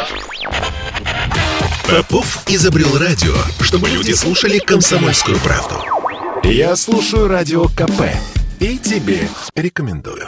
Попов изобрел радио, чтобы люди слушали «Комсомольскую правду». Я слушаю Радио КП и тебе рекомендую.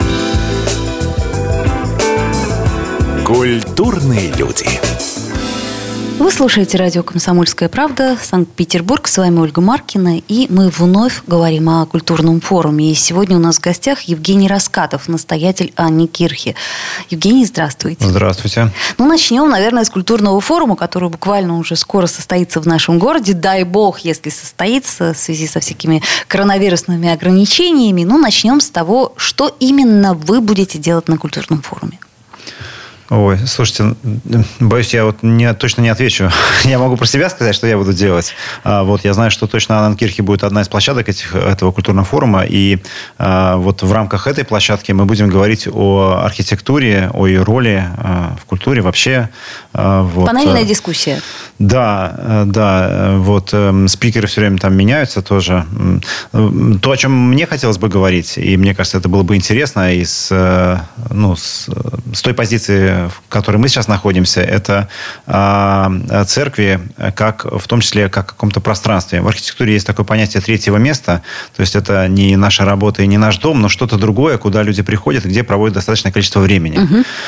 Культурные люди. Вы слушаете радио «Комсомольская правда», Санкт-Петербург. С вами Ольга Маркина. И мы вновь говорим о культурном форуме. И сегодня у нас в гостях Евгений Раскатов, настоятель Анни Кирхи. Евгений, здравствуйте. Здравствуйте. Начнем, наверное, с культурного форума, который буквально уже скоро состоится в нашем городе. Дай бог, если состоится, в связи со всякими коронавирусными ограничениями. Начнем с того, что именно вы будете делать на культурном форуме. Ой, слушайте, боюсь, я точно не отвечу. Я могу про себя сказать, что я буду делать. Я знаю, что точно Анна Кирхи будет одна из площадок этого культурного форума. И в рамках этой площадки мы будем говорить о архитектуре, о ее роли в культуре вообще. Панельная дискуссия. Да. Спикеры все время там меняются тоже. То, о чем мне хотелось бы говорить, и мне кажется, это было бы интересно, и с той позиции, в которой мы сейчас находимся, это церкви, в том числе как в каком-то пространстве. В архитектуре есть такое понятие третьего места, то есть это не наша работа и не наш дом, но что-то другое, куда люди приходят и где проводят достаточное количество времени.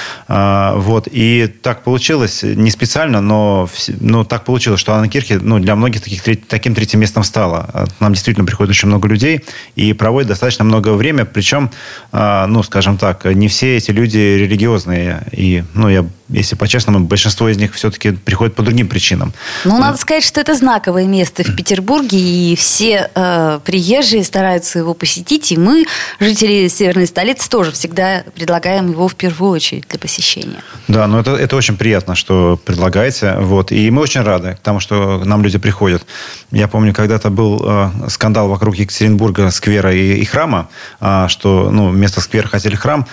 И так получилось, не специально, но так получилось, что Анна Кирхи для многих таким третьим местом стала. Нам действительно приходит очень много людей и проводят достаточно много времени, причем, скажем так, не все эти люди религиозные. И, если по-честному, большинство из них все-таки приходят по другим причинам. Надо сказать, что это знаковое место в Петербурге, и все приезжие стараются его посетить, и мы, жители северной столицы, тоже всегда предлагаем его в первую очередь для посещения. Да, это очень приятно, что предлагаете. И мы очень рады тому, что к нам люди приходят. Я помню, когда-то был скандал вокруг Екатеринбурга, сквера и храма, что вместо сквера хотели храм.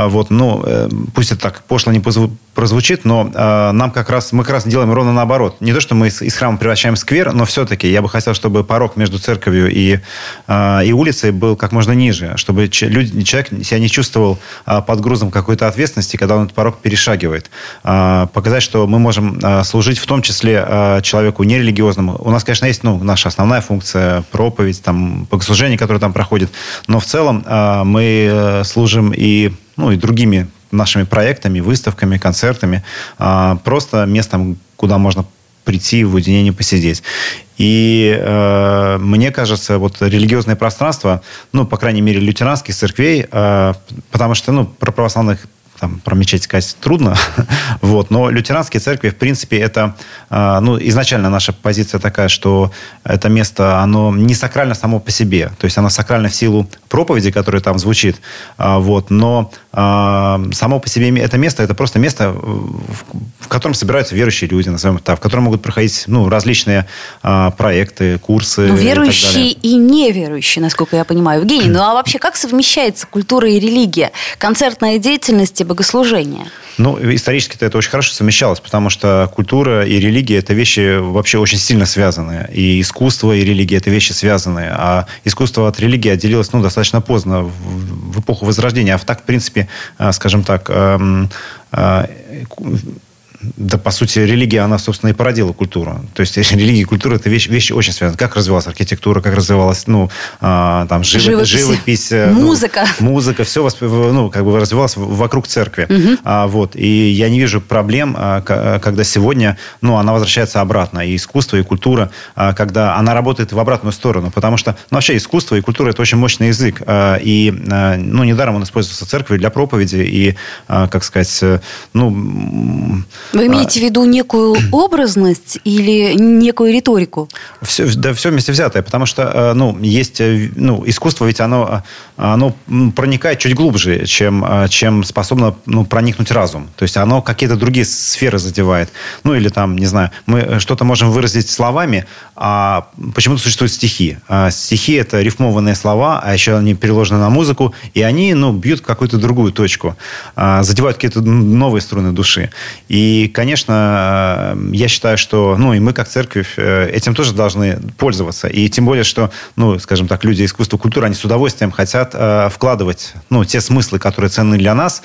Пусть это так пошло не прозвучит, но мы как раз делаем ровно наоборот. Не то, что мы из храма превращаем в сквер, но все-таки я бы хотел, чтобы порог между церковью и улицей был как можно ниже, чтобы человек себя не чувствовал под грузом какой-то ответственности, когда он этот порог перешагивает. Показать, что мы можем служить в том числе человеку нерелигиозному. У нас, конечно, есть наша основная функция, проповедь, богослужение, которое там проходит, но в целом мы служим и другими нашими проектами, выставками, концертами, просто местом, куда можно прийти в уединение посидеть. И мне кажется, религиозное пространство, по крайней мере, лютеранских церквей, потому что, про православных про мечеть сказать трудно, но лютеранские церкви, в принципе, это, изначально наша позиция такая, что это место, оно не сакрально само по себе, то есть оно сакрально в силу проповеди, которая там звучит, но само по себе это место, это просто место, в котором собираются верующие люди, назовем это так, в котором могут проходить, различные проекты, курсы. Верующие и неверующие, насколько я понимаю. Евгений, а вообще как совмещается культура и религия, концертная деятельность и богослужение? Исторически-то это очень хорошо совмещалось, потому что культура и религия – это вещи вообще очень сильно связанные. И искусство, и религия – это вещи связанные. А искусство от религии отделилось достаточно поздно, в эпоху Возрождения. А так, в принципе, скажем так, да, по сути, религия, она, собственно, и породила культуру. То есть религия и культура – это вещи очень связаны. Как развивалась архитектура, как развивалась живопись, музыка, все развивалось вокруг церкви. И я не вижу проблем, когда сегодня она возвращается обратно. И искусство, и культура, когда она работает в обратную сторону. Потому что вообще искусство и культура – это очень мощный язык. И недаром он используется церковью для проповеди. И, как сказать, Вы имеете в виду некую образность или некую риторику? Все вместе взятое, потому что есть искусство, ведь оно проникает чуть глубже, чем способно проникнуть разум. То есть оно какие-то другие сферы задевает. Или не знаю, мы что-то можем выразить словами, а почему-то существуют стихи. Стихи – это рифмованные слова, а еще они переложены на музыку, и они бьют в какую-то другую точку, задевают какие-то новые струны души. И И, конечно, я считаю, что, и мы как церковь этим тоже должны пользоваться. И тем более, что, скажем так, люди искусства, культуры, они с удовольствием хотят вкладывать, те смыслы, которые ценны для нас,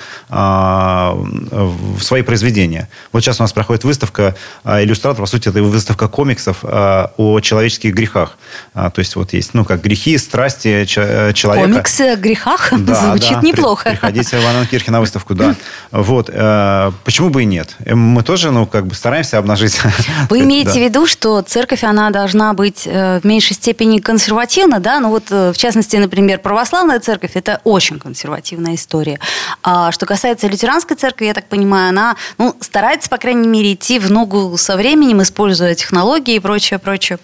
в свои произведения. Вот сейчас у нас проходит выставка иллюстраторов, по сути, это выставка комиксов о человеческих грехах. То есть вот есть, как грехи, страсти человека. Комиксы о грехах? Да, звучит неплохо. Приходите в Анненкирхе на выставку, да. Вот. Почему бы и нет? Мы тоже, стараемся обнажить. Вы имеете в виду, что церковь, она должна быть в меньшей степени консервативна, да? В частности, например, православная церковь – это очень консервативная история. А что касается лютеранской церкви, я так понимаю, она, старается, по крайней мере, идти в ногу со временем, используя технологии и прочее.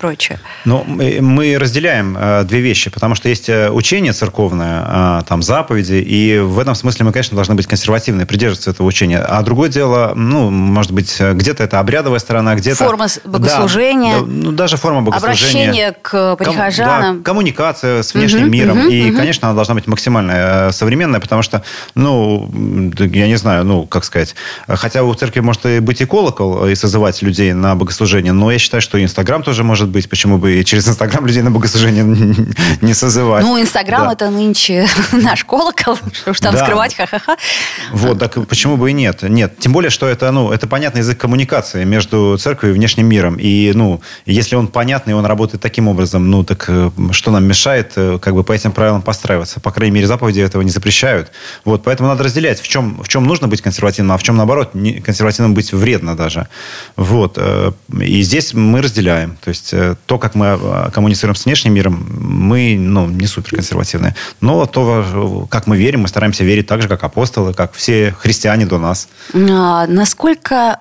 Мы разделяем две вещи, потому что есть учение церковное, там заповеди, и в этом смысле мы, конечно, должны быть консервативны, придерживаться этого учения. А другое дело, может быть, где-то это обрядовая сторона, где-то... Форма богослужения. Да, даже форма богослужения. Обращение к прихожанам. Коммуникация с внешним миром. И, конечно, она должна быть максимально современная, потому что, я не знаю, как сказать, хотя у церкви может и быть и колокол, и созывать людей на богослужение, но я считаю, что и Инстаграм тоже может быть, почему бы и через Инстаграм людей на богослужение не созывать. Инстаграм это нынче наш колокол, что уж там скрывать, ха-ха-ха. Вот, так почему бы и нет? Нет, тем более, что это, это понятный язык коммуникации между церковью и внешним миром. И, если он понятный, он работает таким образом, так что нам мешает, по этим правилам подстраиваться? По крайней мере, заповеди этого не запрещают. Вот, поэтому надо разделять, в чем нужно быть консервативным, а в чем, наоборот, консервативным быть вредно даже. Вот. И здесь мы разделяем. То есть, то, как мы коммуницируем с внешним миром, мы, не суперконсервативные. Но то, как мы верим, мы стараемся верить так же, как апостолы, как все христиане до нас. Насколько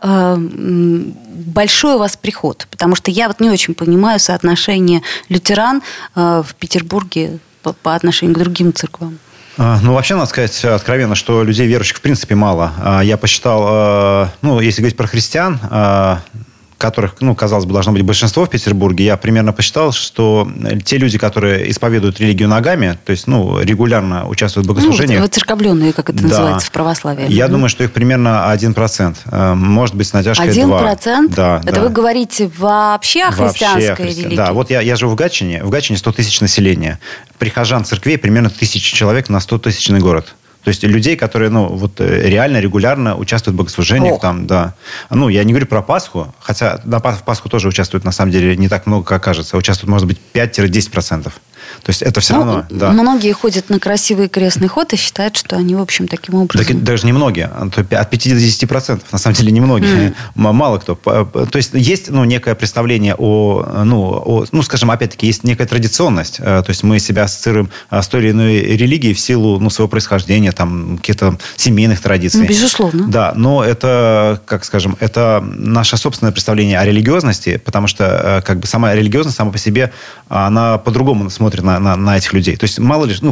большой у вас приход? Потому что я не очень понимаю соотношение лютеран в Петербурге по отношению к другим церквам. Вообще, надо сказать откровенно, что людей верующих в принципе мало. Я посчитал, если говорить про христиан, которых, казалось бы, должно быть большинство в Петербурге, я примерно посчитал, что те люди, которые исповедуют религию ногами, то есть, регулярно участвуют в богослужениях... Воцерковленные, как это называется в православии. Я думаю, что их примерно 1%. Может быть, с натяжкой 2%? 1%? Да. Это вы говорите вообще о христианской религии? Да. Вот я живу в Гатчине. В Гатчине 100 тысяч населения. Прихожан церквей примерно 1000 человек на 100-тысячный город. То есть людей, которые, реально, регулярно участвуют в богослужениях. Там, да. Я не говорю про Пасху, хотя в Пасху тоже участвуют, на самом деле, не так много, как кажется. Участвуют, может быть, 5-10%. То есть это все равно... Да. Многие ходят на красивый крестный ход и считают, что они, в общем, таким образом... Так, даже немногие. От 50%, на самом деле, немногие. Мало кто. То есть есть некое представление скажем, опять-таки, есть некая традиционность. То есть мы себя ассоциируем с той или иной религией в силу своего происхождения, там, каких-то семейных традиций. Безусловно. Да, но это, это наше собственное представление о религиозности, потому что сама религиозность сама по себе, она по-другому смотрит на этих людей. То есть мало ли,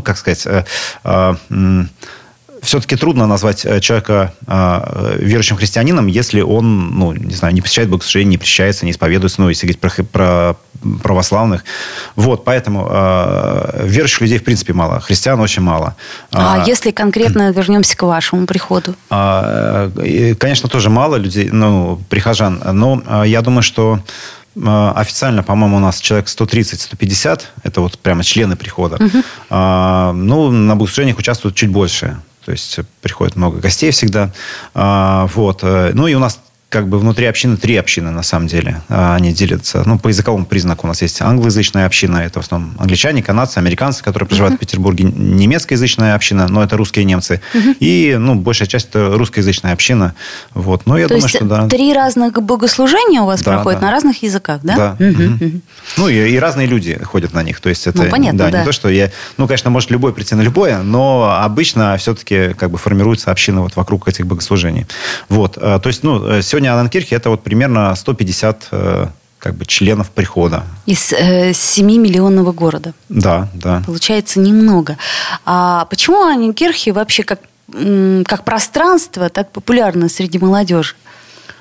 все-таки трудно назвать человека верующим христианином, если он, не посещает богослужение, не причащается, не исповедуется, если говорить про православных. Вот, поэтому верующих людей в принципе мало, христиан очень мало. А если конкретно вернемся к вашему приходу? Конечно, тоже мало людей, прихожан, но я думаю, что официально, по-моему, у нас человек 130-150, это вот прямо члены прихода. На богослужениях участвуют чуть больше. То есть приходит много гостей всегда. Вот. И у нас внутри общины 3 общины, на самом деле. Они делятся. По языковому признаку у нас есть англоязычная община. Это в основном англичане, канадцы, американцы, которые проживают в Петербурге. Немецкоязычная община, но это русские немцы. И, большая часть это русскоязычная община. Вот. Я думаю, что да. 3 разных богослужения у вас проходят на разных языках, да? Да. И разные люди ходят на них. То есть это понятно, не то, что конечно, может любой прийти на любое, но обычно все-таки формируется община вокруг этих богослужений. Вот. То есть, сегодня Анненкирхе это примерно 150 членов прихода. Из 7-миллионного города. Да. Получается немного. А почему Анненкирхе вообще как пространство так популярно среди молодежи?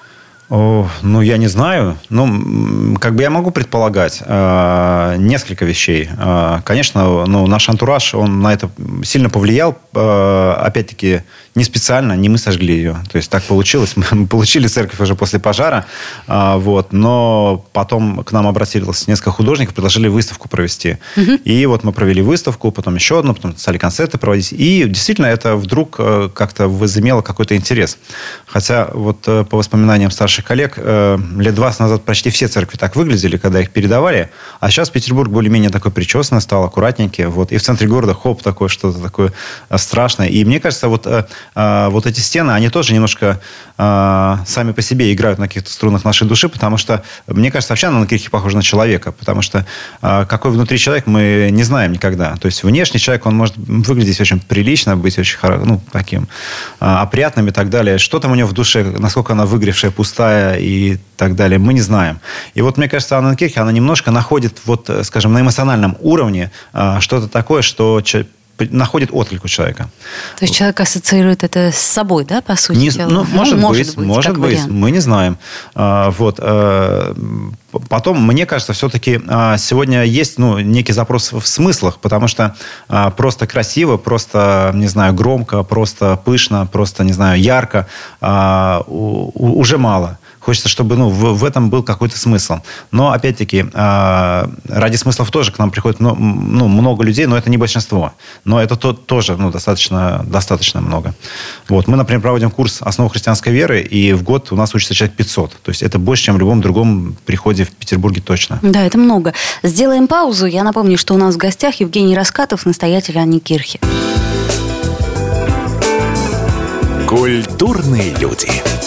Ну, я не знаю. Ну, как бы я могу предполагать несколько вещей. Конечно, наш антураж, он на это сильно повлиял. Опять-таки, не специально, не мы сожгли ее. То есть так получилось. Мы получили церковь уже после пожара. Но потом к нам обратилось несколько художников, предложили выставку провести. И вот мы провели выставку, потом еще одну, потом стали концерты проводить. И действительно это вдруг как-то возымело какой-то интерес. Хотя вот по воспоминаниям старших коллег, лет 20 назад почти все церкви так выглядели, когда их передавали. А сейчас Петербург более-менее такой причесанный стал, аккуратненький. Вот. И в центре города хоп, такое что-то такое страшное. И мне кажется, вот эти стены, они тоже немножко сами по себе играют на каких-то струнах нашей души, потому что, мне кажется, вообще Анненкирхе похожа на человека. Потому что какой внутри человек, мы не знаем никогда. То есть внешний человек, он может выглядеть очень прилично, быть очень таким опрятным и так далее. Что там у него в душе, насколько она выгоревшая, пустая и так далее, мы не знаем. И вот, мне кажется, Анненкирхе, она немножко находит, вот, скажем, на эмоциональном уровне что-то такое, что находит отклик у человека. То есть человек ассоциирует это с собой, да, по сути дела? Может быть, мы не знаем. Потом, мне кажется, все-таки сегодня есть некий запрос в смыслах, потому что просто красиво, просто, не знаю, громко, просто пышно, просто, не знаю, ярко уже мало. Хочется, чтобы в этом был какой-то смысл. Но, опять-таки, ради смыслов тоже к нам приходит много людей, но это не большинство. Но это тоже достаточно много. Вот. Мы, например, проводим курс «Основы христианской веры», и в год у нас учится человек 500. То есть это больше, чем в любом другом приходе в Петербурге точно. Да, это много. Сделаем паузу. Я напомню, что у нас в гостях Евгений Раскатов, настоятель Анненкирхе. Культурные люди.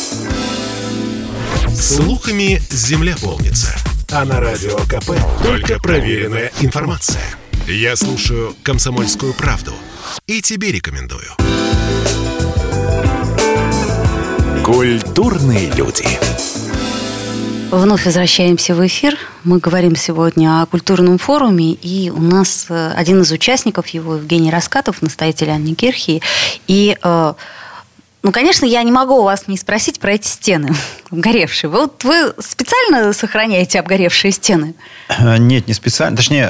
Слухами земля полнится. А на Радио КП только проверенная информация. Я слушаю «Комсомольскую правду» и тебе рекомендую. Культурные люди. Вновь возвращаемся в эфир. Мы говорим сегодня о культурном форуме, и у нас один из участников его, Евгений Раскатов, настоятель Анненкирхе. И конечно, я не могу у вас не спросить про эти стены обгоревшие. Вот вы специально сохраняете обгоревшие стены? Нет, не специально. Точнее,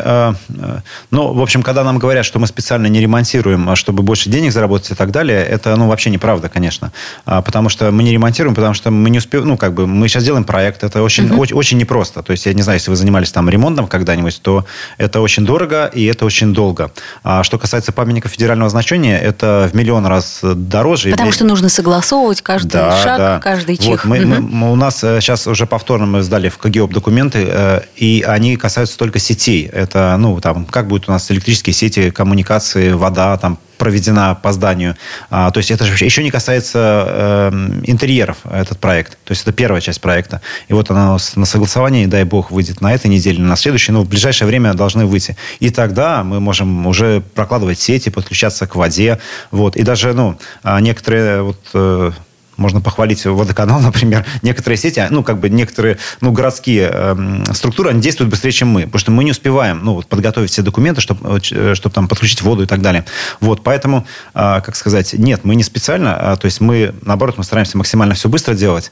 в общем, когда нам говорят, что мы специально не ремонтируем, чтобы больше денег заработать и так далее, это, вообще неправда, конечно. Потому что мы не ремонтируем, потому что мы не успеем, мы сейчас делаем проект, это очень непросто. То есть, я не знаю, если вы занимались там ремонтом когда-нибудь, то это очень дорого и это очень долго. А что касается памятников федерального значения, это в миллион раз дороже. Потому что нужно согласовывать каждый шаг, каждый чих. У нас сейчас уже повторно мы сдали в КГИОП документы, и они касаются только сетей. Это, как будут у нас электрические сети, коммуникации, вода, проведена по зданию. То есть это же еще не касается интерьеров, этот проект. То есть это первая часть проекта. И вот она на согласовании, дай бог, выйдет на этой неделе, на следующей, в ближайшее время должны выйти. И тогда мы можем уже прокладывать сети, подключаться к воде. Вот. И даже, некоторые можно похвалить водоканал, например. Некоторые сети, некоторые городские структуры, они действуют быстрее, чем мы. Потому что мы не успеваем подготовить все документы, чтобы там подключить воду и так далее. Вот, поэтому, нет, мы не специально. То есть мы, наоборот, мы стараемся максимально все быстро делать.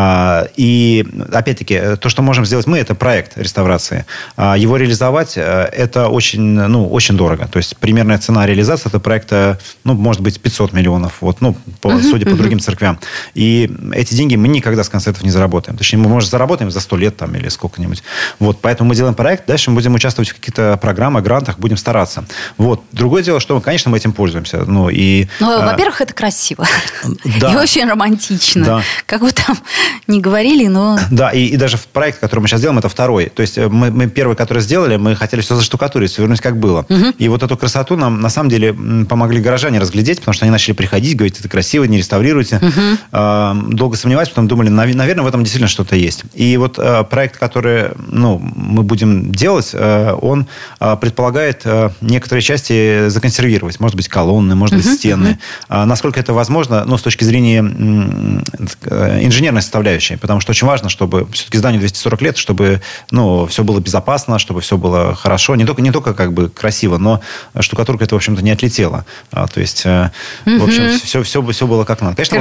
И, опять-таки, то, что можем сделать мы, это проект реставрации. Его реализовать, это очень дорого. То есть примерная цена реализации этого проекта, может быть, 500 миллионов. Судя по другим церквям. И эти деньги мы никогда с концертов не заработаем. Точнее, мы, может, заработаем за 100 лет или сколько-нибудь. Вот, поэтому мы делаем проект, дальше мы будем участвовать в каких-то программах, грантах, будем стараться. Вот. Другое дело, что, конечно, мы этим пользуемся. Во-первых, это красиво. Да. И очень романтично. Да. Как вы там не говорили, но... Да, и даже проект, который мы сейчас делаем, это второй. То есть мы первый, который сделали, мы хотели все заштукатурить, все вернуть как было. И вот эту красоту нам, на самом деле, помогли горожане разглядеть, потому что они начали приходить, говорить, это красиво, не реставрируйте. Долго сомневались, потом думали, наверное, в этом действительно что-то есть. И вот проект, который мы будем делать, он предполагает некоторые части законсервировать. Может быть, колонны, может быть, стены. Насколько это возможно, с точки зрения инженерной составляющей. Потому что очень важно, чтобы все-таки зданию 240 лет, чтобы все было безопасно, чтобы все было хорошо. Не только красиво, но штукатурка это, в общем-то, не отлетела. То есть, в общем, все было как надо. Конечно, можно сказать,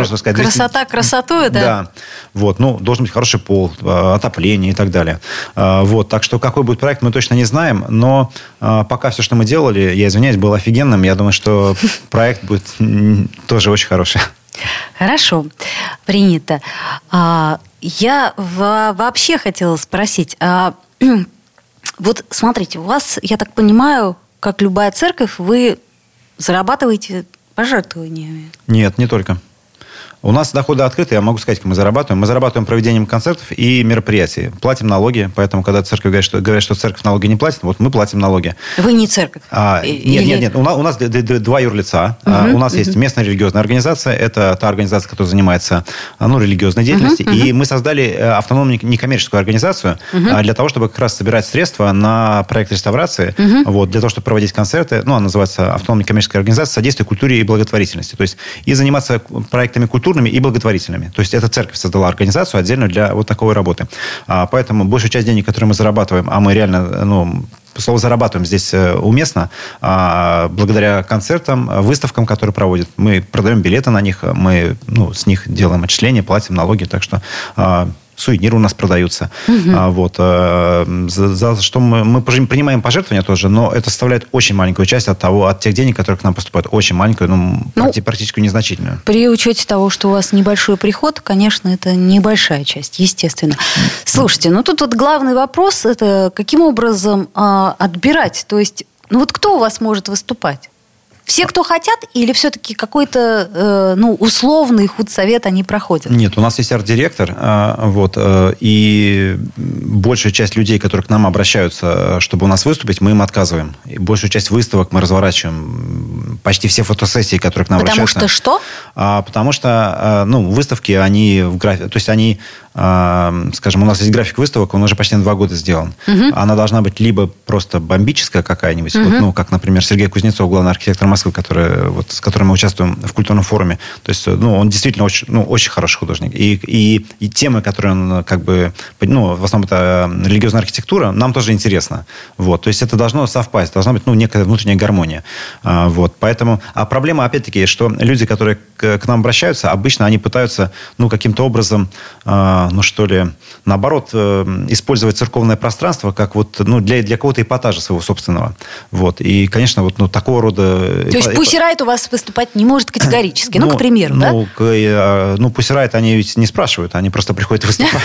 Красота красотой, да? Да. Вот, ну, должен быть хороший пол, отопление и так далее. Вот, так что какой будет проект, мы точно не знаем, но пока все, что мы делали, я извиняюсь, было офигенным. Я думаю, что проект будет тоже очень хороший. Хорошо, принято. Я вообще хотела спросить, вот смотрите, у вас, я так понимаю, как любая церковь, вы зарабатываете пожертвованиями? Нет, не только. У нас доходы открыты, я могу сказать, как мы зарабатываем. Мы зарабатываем проведением концертов и мероприятий. Платим налоги, поэтому, когда церковь говорят, что церковь налоги не платит, вот мы платим налоги. Вы не церковь? Нет. У нас два юрлица. У нас есть местная религиозная организация. Это та организация, которая занимается религиозной деятельностью. И мы создали автономную некоммерческую организацию для того, чтобы как раз собирать средства на проект реставрации, вот, для того, чтобы проводить концерты. Она называется автономная некоммерческая организация «Содействие культуре и благотворительности». То есть и заниматься проектами культурными и благотворительными. То есть эта церковь создала организацию отдельно для вот такой работы. Поэтому большую часть денег, которые мы зарабатываем, а мы реально, слово «зарабатываем» здесь уместно, благодаря концертам, выставкам, которые проводят. Мы продаем билеты на них, мы с них делаем отчисления, платим налоги, так что сувениры у нас продаются. За что мы принимаем пожертвования тоже, но это составляет очень маленькую часть от тех денег, которые к нам поступают. Очень маленькую, практически незначительную. При учете того, что у вас небольшой приход, конечно, это небольшая часть, естественно. Слушайте, тут вот главный вопрос, это каким образом отбирать? То есть, кто у вас может выступать? Все, кто хотят, или все-таки какой-то условный худсовет они проходят? Нет, у нас есть арт-директор, и большую часть людей, которые к нам обращаются, чтобы у нас выступить, мы им отказываем. И большую часть выставок мы разворачиваем. Почти все фотосессии, которые к нам обращаются. Потому что что? Потому что выставки, они в графике, то есть они, скажем, у нас есть график выставок, он уже почти на 2 года сделан. Она должна быть либо просто бомбическая какая-нибудь, как, например, Сергей Кузнецов, главный архитектор Москвы, с которым мы участвуем в культурном форуме. То есть, он действительно очень хороший художник. И темы, которые он в основном это религиозная архитектура, нам тоже интересно. Вот. То есть, это должно совпасть, должна быть некая внутренняя гармония. Поэтому, проблема, опять-таки, что люди, которые к нам обращаются, обычно они пытаются, каким-то образом, наоборот, использовать церковное пространство как для какого-то эпатажа своего собственного. И, конечно, такого рода... То есть Pussy Riot у вас выступать не может категорически? К примеру, да? Pussy Riot они ведь не спрашивают, они просто приходят и выступают.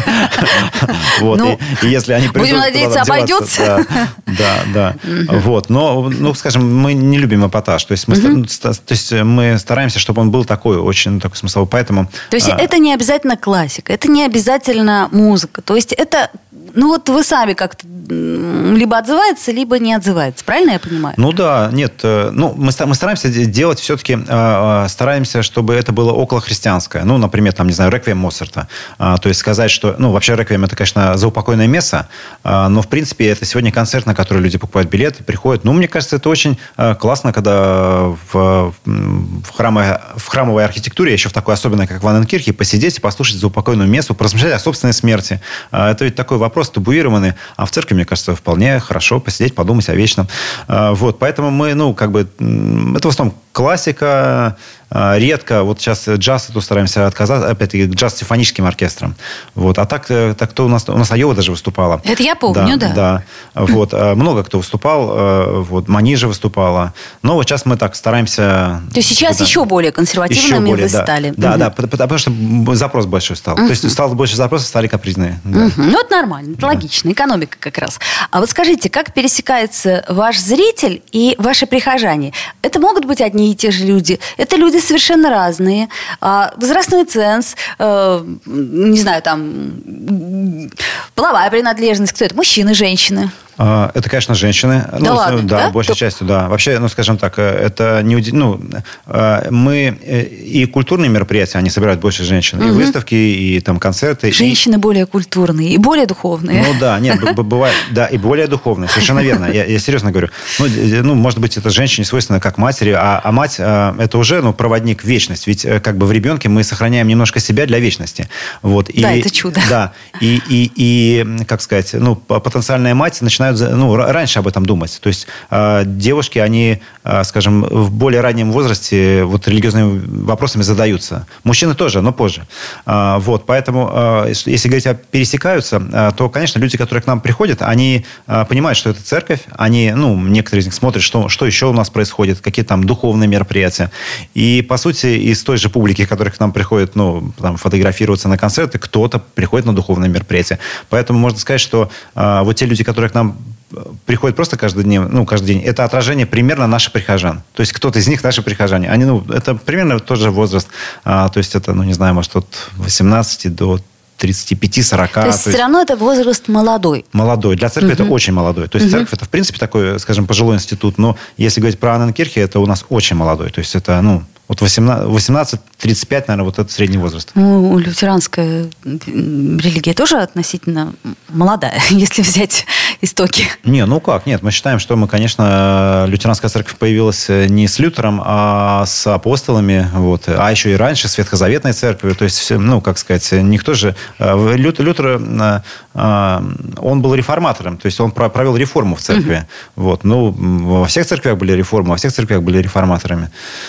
И если они придут... Будем надеяться, обойдется. Да. Но, скажем, мы не любим эпатаж. То есть мы стараемся, чтобы он был очень такой смысловой. Поэтому... То есть это не обязательно классика, это не обязательно музыка. То есть это... вы сами как-то либо отзывается, либо не отзывается. Правильно я понимаю? Нет. Мы стараемся делать все-таки, стараемся, чтобы это было околохристианское. Например, реквием Моцарта. То есть сказать, что... вообще реквием это, конечно, заупокойное место, но, в принципе, это сегодня концерт, на который люди покупают билеты, приходят. Мне кажется, это очень классно, когда в храмовой архитектуре, еще в такой особенной, как в Анненкирхе, посидеть и послушать заупокойную мессу, поразмышлять о собственной смерти. Это ведь такой вопрос табуированный, а в церкви, мне кажется, вполне хорошо посидеть, подумать о вечном. Поэтому мы, это в основном классика, редко. Сейчас джаз, стараемся отказаться, опять-таки, джаз с симфоническим оркестром. А так кто у нас Айова даже выступала. Это я помню, да. Много кто выступал, Манижа выступала. Но сейчас мы так стараемся... То есть сейчас еще более консервативными вы стали. Да, потому что запрос большой стал. То есть стало больше запросов, стали капризные. Это нормально, это логично, экономика как раз. А вот скажите, как пересекается ваш зритель и ваши прихожане? Это могут быть одни и те же люди? Это люди совершенно разные. Возрастной ценз, половая принадлежность, кто это? Мужчины, женщины? Это, конечно, женщины. Да ладно, да? Большей частью, да. Вообще, скажем так, это не мы и культурные мероприятия, они собирают больше женщин, и выставки, и концерты. Женщины более культурные и более духовные. Бывает, да, и более духовные, совершенно верно. Я серьезно говорю. Может быть, это женщине свойственно как матери, а мать это уже, проводник в вечность. Ведь в ребенке мы сохраняем немножко себя для вечности. Да, это чудо. Да, и как сказать, потенциальная мать начинает начинают раньше об этом думать. То есть девушки, они, скажем, в более раннем возрасте вот религиозными вопросами задаются. Мужчины тоже, но позже. Вот, поэтому, если говорить о пересекаются, то, конечно, люди, которые к нам приходят, они понимают, что это церковь, они, некоторые из них смотрят, что еще у нас происходит, какие там духовные мероприятия. И, по сути, из той же публики, которая к нам приходит, там, фотографироваться на концерты, кто-то приходит на духовные мероприятия. Поэтому можно сказать, что вот те люди, которые к нам приходят просто каждый день, это отражение примерно наших прихожан. То есть кто-то из них наши прихожане. Они, это примерно тот же возраст. То есть это, не знаю, может, от 18 до 35-40. То есть все равно это возраст молодой. Молодой. Для церкви это очень молодой. То есть церковь это, в принципе, такой, скажем, пожилой институт. Но если говорить про Анненкирхе, это у нас очень молодой. То есть это, вот 18-35, наверное, вот это средний возраст. Лютеранская религия тоже относительно молодая, если взять истоки. Нет, мы считаем, что конечно, лютеранская церковь появилась не с Лютером, а с апостолами, вот, а еще и раньше с Ветхозаветной церковью. То есть, как сказать, никто же... Лютер, он был реформатором, то есть он провел реформу в церкви. Вот. Во всех церквях были реформы, во всех церквях были реформаторы.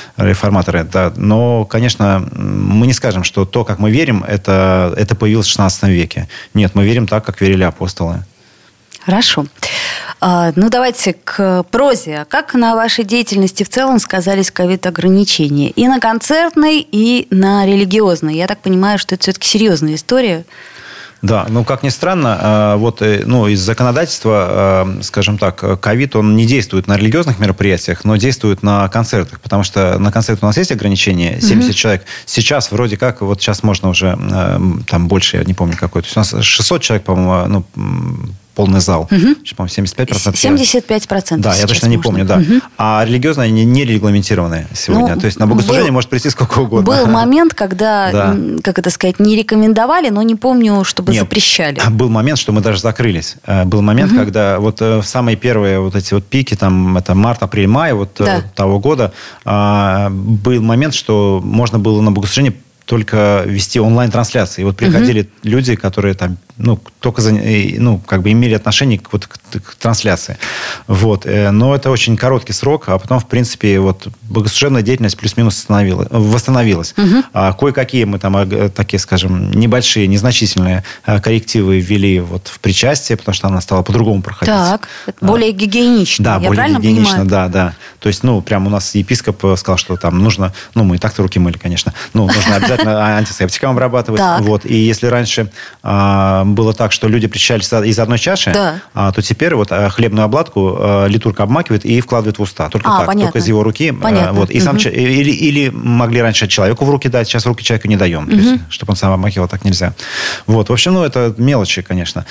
Да. Но, конечно, мы не скажем, что то, как мы верим, это появилось в 16 веке. Нет, мы верим так, как верили апостолы. Хорошо. Давайте к прозе. Как на вашей деятельности в целом сказались ковид-ограничения? И на концертной, и на религиозной. Я так понимаю, что это все-таки серьезная история. Да, как ни странно, из законодательства, скажем так, ковид, он не действует на религиозных мероприятиях, но действует на концертах, потому что на концертах у нас есть ограничения, 70 человек. Сейчас вроде как, вот сейчас можно уже, там больше, я не помню какой, то есть у нас 600 человек, по-моему, полный зал. Сейчас, по-моему, 75%. 75%. Да, я точно не помню, да. А религиозные, они не регламентированные сегодня. То есть на богослужение может прийти сколько угодно. Был момент, когда, как это сказать, не рекомендовали, но не помню, чтобы запрещали. Был момент, что мы даже закрылись. Был момент, когда вот в самые первые вот эти вот пики, там, это март, апрель, май того года, был момент, что можно было на богослужение только вести онлайн-трансляции. И вот приходили люди, которые там, только имели отношение к трансляции. Вот. Но это очень короткий срок, а потом, в принципе, богослужебная деятельность плюс-минус восстановилась. Кое-какие мы там, такие, скажем, небольшие, незначительные коррективы ввели в причастие, потому что она стала по-другому проходить. Так, более гигиенично. Да, я более гигиенично, понимаю? да. То есть, прям у нас епископ сказал, что там нужно, мы и так-то руки мыли, конечно, нужно обязательно антисептиком обрабатывать. Вот. И если раньше было так, что люди причащались из одной чаши, то теперь хлебную обладку литург обмакивает и вкладывает в уста. Только так, понятно. только из его руки. И сам, или могли раньше человеку в руки дать, сейчас в руки человеку не даем. То есть, чтобы он сам обмакивал, так нельзя. В общем, это мелочи, конечно.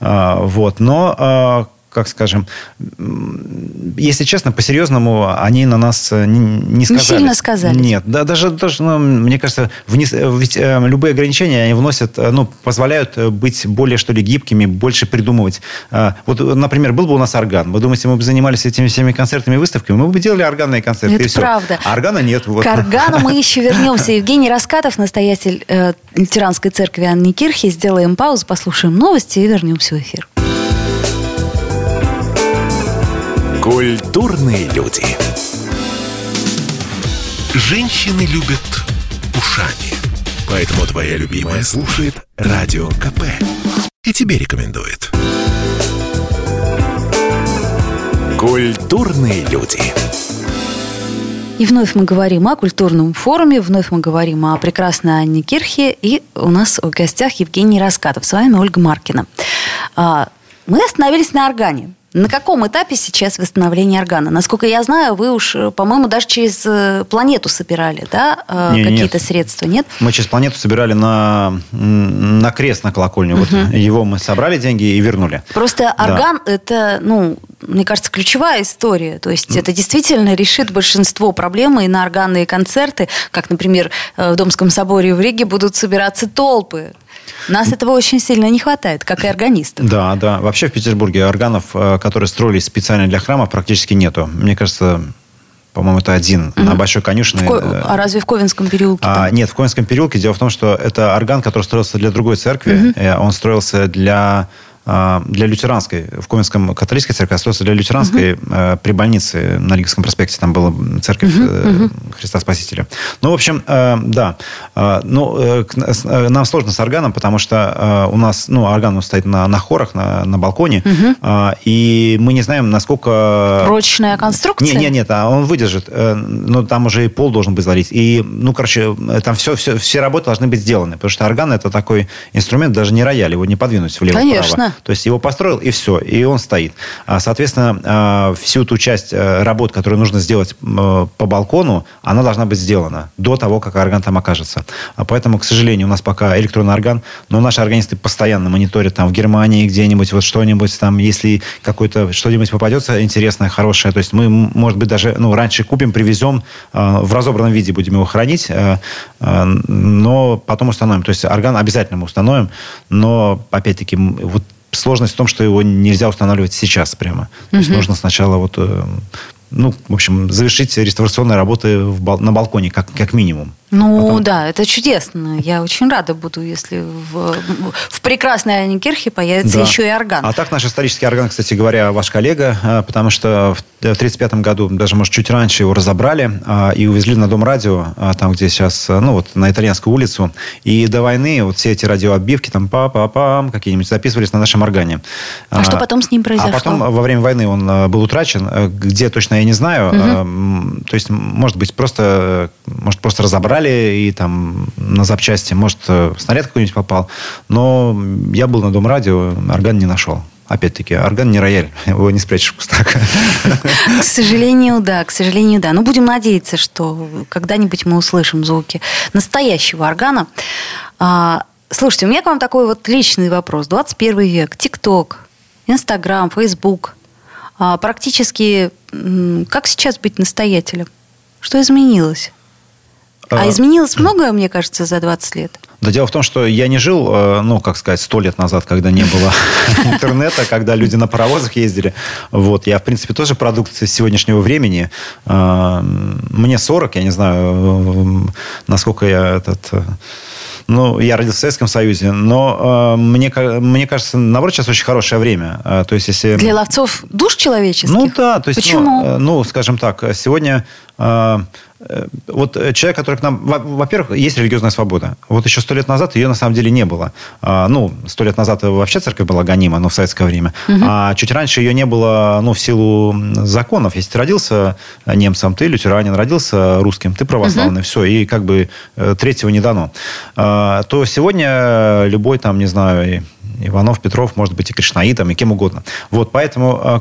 Но... как скажем, если честно, по-серьезному они на нас не сказались. Не сильно сказались. Нет, даже мне кажется, ведь любые ограничения, они вносят, позволяют быть более, что ли, гибкими, больше придумывать. Например, был бы у нас орган. Вы думаете, мы бы занимались этими всеми концертами и выставками? Мы бы делали органные концерты, это и все. Правда. А органа нет. К органу мы еще вернемся. Евгений Раскатов, настоятель лютеранской церкви Анненкирхе. Сделаем паузу, послушаем новости и вернемся в эфир. Культурные люди. Женщины любят ушами. Поэтому твоя любимая слушает Радио КП. И тебе рекомендует. Культурные люди. И вновь мы говорим о культурном форуме, вновь мы говорим о прекрасной Анненкирхе. И у нас в гостях Евгений Раскатов. С вами Ольга Маркина. Мы остановились на органе. На каком этапе сейчас восстановление органа? Насколько я знаю, вы уж, по-моему, даже через планету собирали, да, какие-то средства, нет? Мы через планету собирали на крест, на колокольню. Его мы собрали деньги и вернули. Просто орган – это, мне кажется, ключевая история. То есть это действительно решит большинство проблем, и на органные концерты, как, например, в Домском соборе в Риге, будут собираться толпы. Нас этого очень сильно не хватает, как и органистов. Да. Вообще в Петербурге органов, которые строились специально для храма, практически нету. Мне кажется, по-моему, это один на Большой конюшне. А разве в Ковенском переулке? Нет, в Ковенском переулке. Дело в том, что это орган, который строился для другой церкви. Он строился для для лютеранской, в Коменском католической церкви, остается для лютеранской при больнице на Лиговском проспекте. Там была церковь Христа Спасителя. Ну, в общем, да. Нам сложно с органом, потому что у нас, орган стоит на хорах, на балконе, и мы не знаем, насколько... Прочная конструкция? Нет, он выдержит. Но там уже и пол должен быть залить. И, там все работы должны быть сделаны. Потому что орган — это такой инструмент, даже не рояль, его не подвинуть влево-вправо. Конечно. То есть его построил, и все, и он стоит. Соответственно, всю ту часть работ, которую нужно сделать по балкону, она должна быть сделана до того, как орган там окажется. Поэтому, к сожалению, у нас пока электронный орган, но наши органисты постоянно мониторят там в Германии где-нибудь, вот что-нибудь там, если что-нибудь попадется интересное, хорошее. То есть мы, может быть, даже раньше купим, привезем, в разобранном виде будем его хранить, но потом установим. То есть орган обязательно мы установим, но, опять-таки, вот сложность в том, что его нельзя устанавливать сейчас прямо. То есть нужно сначала в общем, завершить реставрационные работы на балконе, как минимум. Да, это чудесно. Я очень рада буду, если в прекрасной Аленкирхе появится еще и орган. А так наш исторический орган, кстати говоря, ваш коллега, потому что в 1935 году, даже, может, чуть раньше его разобрали и увезли на Дом радио, там, где сейчас, на Итальянскую улицу. И до войны все эти радиоотбивки, там, па-па-пам, какие-нибудь, записывались на нашем органе. А что потом с ним произошло? А потом, во время войны он был утрачен. Где точно, я не знаю. То есть, может быть, просто разобрали и там на запчасти, может, снаряд какой-нибудь попал. Но я был на Дом радио, орган не нашел. Опять-таки, орган не рояль, его не спрячешь в кустах. К сожалению, да. Но будем надеяться, что когда-нибудь мы услышим звуки настоящего органа. Слушайте, у меня к вам такой вот личный вопрос. 21 век, ТикТок, Инстаграм, Фейсбук. Практически, как сейчас быть настоятелем? Что изменилось? А изменилось многое, мне кажется, за 20 лет? Да, дело в том, что я не жил, 100 лет назад, когда не было интернета, когда люди на паровозах ездили. Вот. Я, в принципе, тоже продукт сегодняшнего времени. Мне 40, я не знаю, насколько я я родился в Советском Союзе, но мне кажется, наоборот, сейчас очень хорошее время. То есть, если... Для ловцов душ человеческих? Да. То есть, почему? Скажем так, сегодня... Вот человек, который к нам... Во-первых, есть религиозная свобода. Вот еще 100 лет назад ее на самом деле не было. 100 лет назад вообще церковь была гонима, в советское время. А чуть раньше ее не было, в силу законов. Если ты родился немцем, ты лютеранин, родился русским, ты православный, все, и как бы третьего не дано. То сегодня любой там, не знаю... Иванов, Петров, может быть, и кришнаитом, и кем угодно. Вот, поэтому,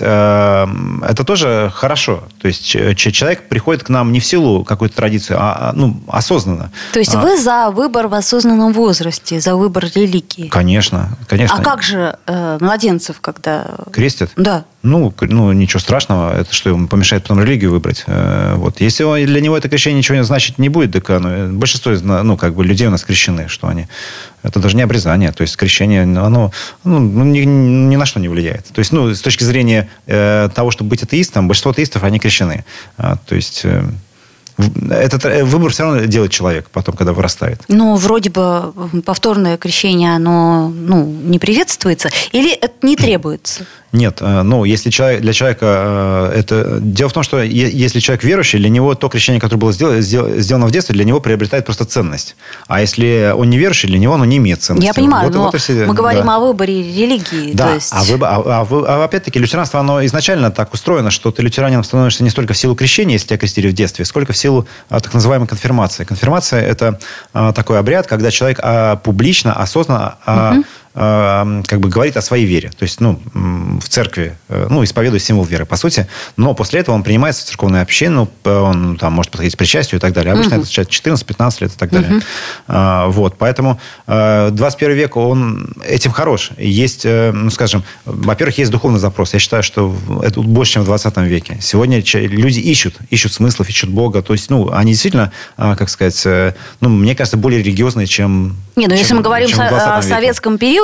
это тоже хорошо. То есть, человек приходит к нам не в силу какой-то традиции, а осознанно. То есть, вы за выбор в осознанном возрасте, за выбор религии? Конечно. А как же младенцев, когда... Крестят? Да. Ничего страшного. Это что, ему помешает потом религию выбрать? Вот. Если для него это крещение ничего не значит не будет, так большинство людей у нас крещены, что они... Это даже не обрезание. То есть, крещение, оно ни на что не влияет. То есть, с точки зрения того, чтобы быть атеистом, большинство атеистов, они крещены. То есть... Этот выбор все равно делает человек потом, когда вырастает. Вроде бы повторное крещение, оно не приветствуется или это не требуется? Нет, если для человека это... Дело в том, что если человек верующий, для него то крещение, которое было сделано в детстве, для него приобретает просто ценность. А если он не верующий, для него оно не имеет ценности. Я понимаю, но мы говорим о выборе религии. Да, то есть... опять-таки лютеранство, оно изначально так устроено, что ты лютеранином становишься не столько в силу крещения, если тебя крестили в детстве, сколько в силу так называемой конфирмации. Конфирмация – это такой обряд, когда человек публично, осознанно говорит о своей вере. То есть, в церкви, исповедует символ веры, по сути. Но после этого он принимается в церковную общину, он там может подходить к причастию и так далее. Обычно это 14-15 лет и так далее. Вот. Поэтому 21 век, он этим хорош. Есть, во-первых, есть духовный запрос. Я считаю, что это больше, чем в 20 веке. Сегодня люди ищут смыслов, ищут Бога. То есть, они действительно, мне кажется, более религиозные, чем... если мы говорим о советском периоде,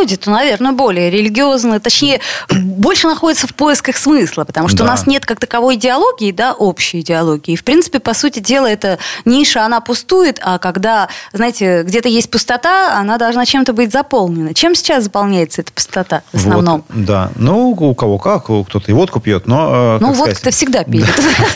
люди, то, наверное, более религиозные, точнее, больше находятся в поисках смысла, потому что у нас нет как таковой идеологии, да, общей идеологии. И, в принципе, по сути дела, эта ниша, она пустует, а когда, знаете, где-то есть пустота, она должна чем-то быть заполнена. Чем сейчас заполняется эта пустота в основном? Вот, да. Ну, у кого как, кто-то и водку пьет, но... Ну, водку-то всегда пьет.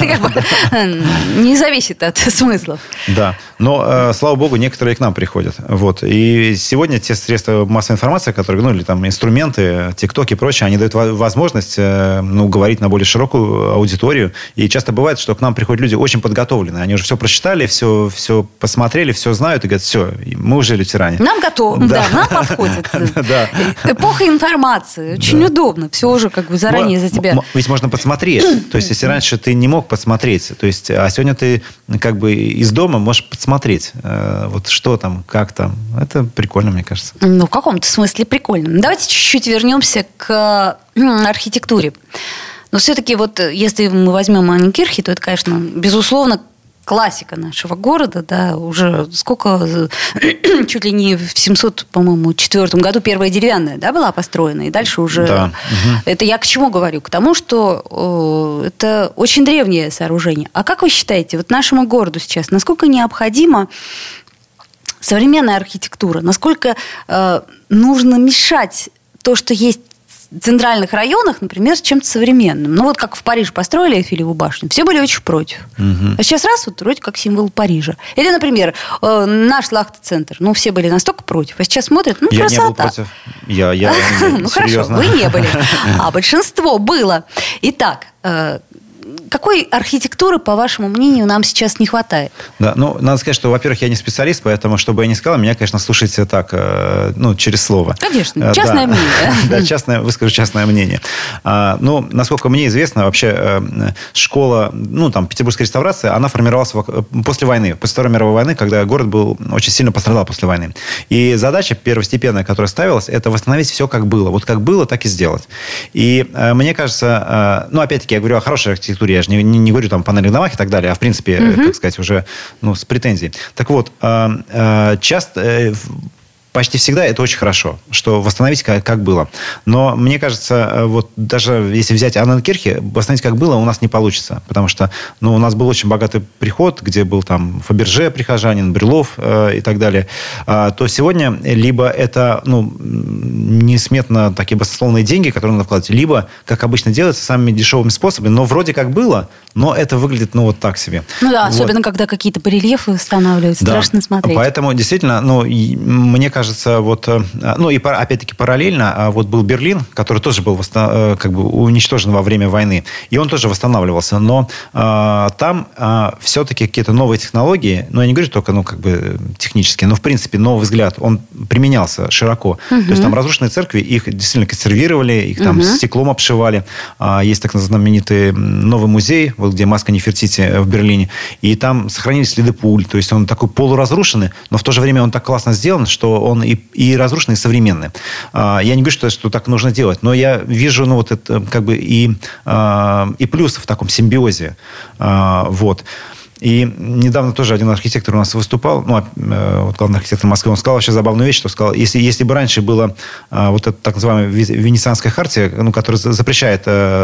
Не зависит от смыслов. Да. Но, слава богу, некоторые к нам приходят. Вот. И сегодня те средства массовой информации, которые, ну, или там инструменты, ТикТок и прочее, они дают возможность, ну, говорить на более широкую аудиторию. И часто бывает, что к нам приходят люди очень подготовленные. Они уже все прочитали, все посмотрели, все знают и говорят, все, мы уже лютеране. Нам готово, да, нам подходит. Эпоха информации. Очень удобно. Все уже как бы заранее за тебя. Ведь можно посмотреть. То есть, если раньше ты не мог посмотреть, то есть, а сегодня ты как бы из дома можешь посмотреть, вот что там, как там. Это прикольно, мне кажется. Ну, в каком-то смысле прикольно. Давайте чуть-чуть вернемся к архитектуре. Но все-таки вот если мы возьмем Анненкирхи, то это, конечно, безусловно, классика нашего города, да, уже сколько, чуть ли не в 700, по-моему, 4 году первая деревянная, да, была построена, и дальше уже... Да. Это я к чему говорю? К тому, что это очень древнее сооружение. А как вы считаете, вот нашему городу сейчас, насколько необходима современная архитектура? Насколько нужно мешать то, что есть в центральных районах, например, с чем-то современным? Ну, вот как в Париже построили Эйфелеву башню, все были очень против. А сейчас раз, вот вроде как символ Парижа. Или, например, наш Лахта-центр. Ну, все были настолько против. А сейчас смотрят, ну, красота. Я не был против. Ну, хорошо, вы не были. А большинство было. Итак, какой архитектуры, по вашему мнению, нам сейчас не хватает? Да, ну, надо сказать, что, во-первых, я не специалист, поэтому, чтобы я не сказал, меня, конечно, слушайте так, ну, через слово. Конечно, частное мнение. Да, выскажу частное мнение. Ну, насколько мне известно, вообще школа, ну, там, петербургская реставрация, она формировалась после войны, после Второй мировой войны, когда город был очень сильно пострадал после войны. И задача первостепенная, которая ставилась, это восстановить все, как было. Вот как было, так и сделать. И мне кажется, ну, опять-таки, я говорю о хорошей архитектуре, я же не говорю там панельных домах и так далее, а в принципе, так сказать, уже с претензией. Так вот, часто... Почти всегда это очень хорошо, что восстановить как было. Но мне кажется, вот даже если взять Анненкирхи, восстановить как было у нас не получится. Потому что у нас был очень богатый приход, где был там Фаберже, прихожанин, Брюлов и так далее. То сегодня либо это несметно такие баснословные деньги, которые надо вкладывать, либо, как обычно делается, самыми дешевыми способами. Но вроде как было, но это выглядит вот так себе. Ну да, особенно когда какие-то барельефы устанавливают. Страшно смотреть. Поэтому действительно, мне кажется, и опять-таки параллельно, вот был Берлин, который тоже был как бы уничтожен во время войны, и он тоже восстанавливался, но там все-таки какие-то новые технологии, я не говорю только, как бы технические, но в принципе новый взгляд, он применялся широко. То есть там разрушенные церкви, их действительно консервировали, их там стеклом обшивали. Есть так знаменитый новый музей, вот где Маска Нефертити в Берлине, и там сохранились следы пуль, то есть он такой полуразрушенный, но в то же время он так классно сделан, что он и разрушенный, и современный. Я не говорю, что так нужно делать, но я вижу, это как бы и плюсы в таком симбиозе. Вот. И недавно тоже один архитектор у нас выступал, главный архитектор Москвы, он сказал вообще забавную вещь, что сказал, если бы раньше была вот эта так называемая Венецианская хартия, которая запрещает,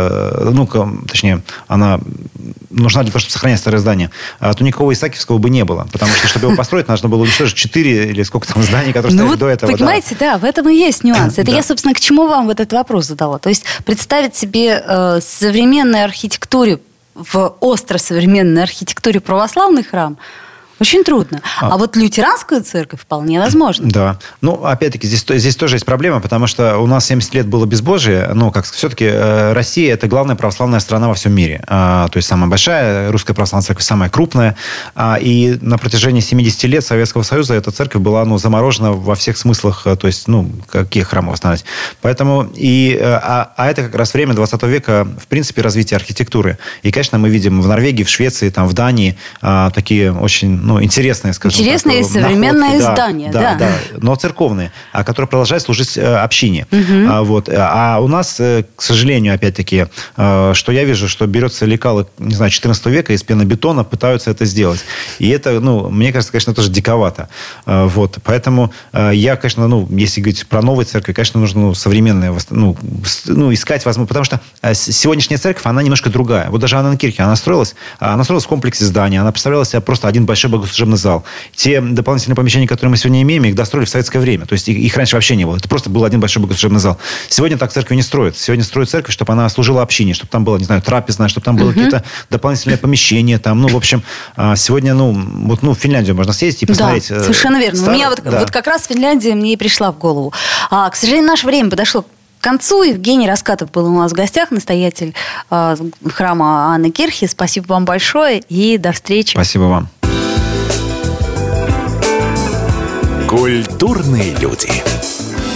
точнее, она нужна для того, чтобы сохранять старое здание, то никакого Исаакиевского бы не было, потому что, чтобы его построить, нужно было уничтожить 4 или сколько там зданий, которые стояли до этого. Понимаете, да, в этом и есть нюанс. Это я, собственно, к чему вам вот этот вопрос задала. То есть представить себе современную архитектуру в остро-современной архитектуре православный храм очень трудно. А вот лютеранскую церковь вполне возможно. Да. Опять-таки, здесь тоже есть проблема, потому что у нас 70 лет было безбожие, все-таки Россия – это главная православная страна во всем мире. То есть самая большая русская православная церковь, самая крупная. И на протяжении 70 лет Советского Союза эта церковь была заморожена во всех смыслах, то есть, какие храмы восстанавливать. Поэтому это как раз время 20 века, в принципе, развития архитектуры. И, конечно, мы видим в Норвегии, в Швеции, в Дании такие очень интересные, скажем так. Интересные современные здания, да. Но церковные, которые продолжают служить общине. А у нас, к сожалению, опять-таки, что я вижу, что берется лекало, не знаю, 14 века из пенобетона, пытаются это сделать. И это, мне кажется, конечно, тоже диковато. Поэтому я, конечно, если говорить про новые церкви, конечно, нужно современные, искать возможно, потому что сегодняшняя церковь, она немножко другая. Вот даже Анна-на-Кирхе, она строилась в комплексе здания, она представляла себя просто один большой богослужебный зал. Те дополнительные помещения, которые мы сегодня имеем, их достроили в советское время. То есть их раньше вообще не было. Это просто был один большой богослужебный зал. Сегодня так церковь не строят. Сегодня строят церковь, чтобы она служила общине, чтобы там было, не знаю, трапезная, чтобы там было какие-то дополнительные помещения. В общем, сегодня, в Финляндию можно съездить и посмотреть. Да, совершенно верно. У меня вот как раз Финляндия мне и пришла в голову. К сожалению, наше время подошло к концу. Евгений Раскатов был у нас в гостях, настоятель храма Анны-Кирхи. Спасибо вам большое и до встречи. Спасибо вам. Культурные люди.